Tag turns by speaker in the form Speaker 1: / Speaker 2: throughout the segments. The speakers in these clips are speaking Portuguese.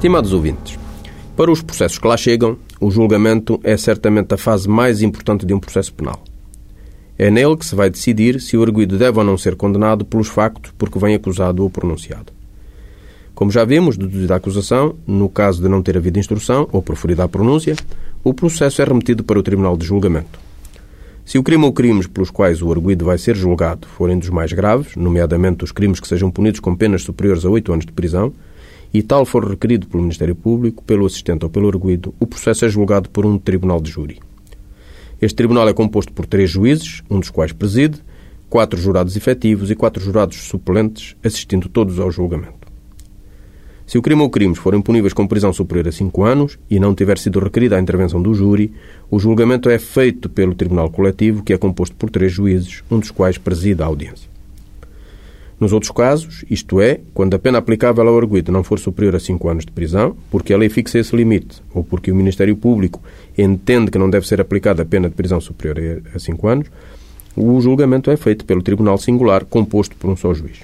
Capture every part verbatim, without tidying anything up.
Speaker 1: Estimados ouvintes, para os processos que lá chegam, o julgamento é certamente a fase mais importante de um processo penal. É nele que se vai decidir se o arguido deve ou não ser condenado pelos factos por que vem acusado ou pronunciado. Como já vimos, deduzida a acusação, no caso de não ter havido instrução ou proferida a pronúncia, o processo é remetido para o Tribunal de Julgamento. Se o crime ou crimes pelos quais o arguido vai ser julgado forem dos mais graves, nomeadamente os crimes que sejam punidos com penas superiores a oito anos de prisão, e tal for requerido pelo Ministério Público, pelo assistente ou pelo arguido, o processo é julgado por um tribunal de júri. Este tribunal é composto por três juízes, um dos quais preside, quatro jurados efetivos e quatro jurados suplentes, assistindo todos ao julgamento. Se o crime ou crimes forem puníveis com prisão superior a cinco anos e não tiver sido requerida a intervenção do júri, o julgamento é feito pelo Tribunal Coletivo, que é composto por três juízes, um dos quais preside a audiência. Nos outros casos, isto é, quando a pena aplicável ao arguido não for superior a cinco anos de prisão, porque a lei fixa esse limite, ou porque o Ministério Público entende que não deve ser aplicada a pena de prisão superior a cinco anos, o julgamento é feito pelo Tribunal Singular, composto por um só juiz.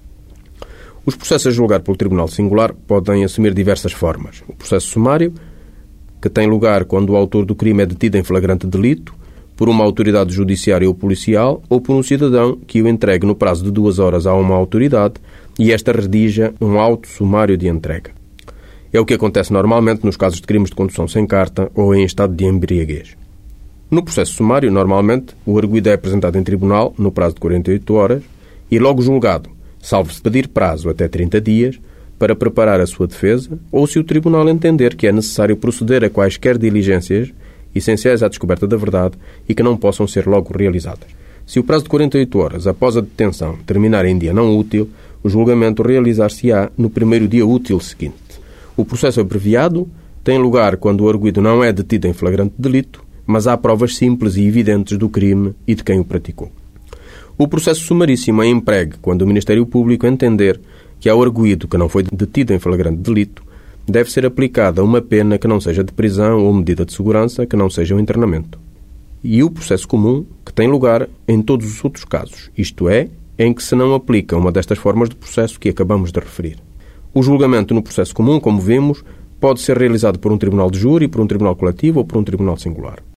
Speaker 1: Os processos a julgar pelo Tribunal Singular podem assumir diversas formas. O processo sumário, que tem lugar quando o autor do crime é detido em flagrante delito, por uma autoridade judiciária ou policial, ou por um cidadão que o entregue no prazo de duas horas a uma autoridade e esta redija um auto sumário de entrega. É o que acontece normalmente nos casos de crimes de condução sem carta ou em estado de embriaguez. No processo sumário, normalmente, o arguido é apresentado em tribunal no prazo de quarenta e oito horas e logo julgado, salvo-se pedir prazo até trinta dias, para preparar a sua defesa, ou se o tribunal entender que é necessário proceder a quaisquer diligências essenciais à descoberta da verdade e que não possam ser logo realizadas. Se o prazo de quarenta e oito horas após a detenção terminar em dia não útil, o julgamento realizar-se-á no primeiro dia útil seguinte. O processo abreviado tem lugar quando o arguido não é detido em flagrante delito, mas há provas simples e evidentes do crime e de quem o praticou. O processo sumaríssimo é empregue quando o Ministério Público entender que ao arguido que não foi detido em flagrante delito deve ser aplicada uma pena que não seja de prisão ou medida de segurança que não seja o internamento. E o processo comum, que tem lugar em todos os outros casos, isto é, em que se não aplica uma destas formas de processo que acabamos de referir. O julgamento no processo comum, como vimos, pode ser realizado por um tribunal de júri, por um tribunal coletivo ou por um tribunal singular.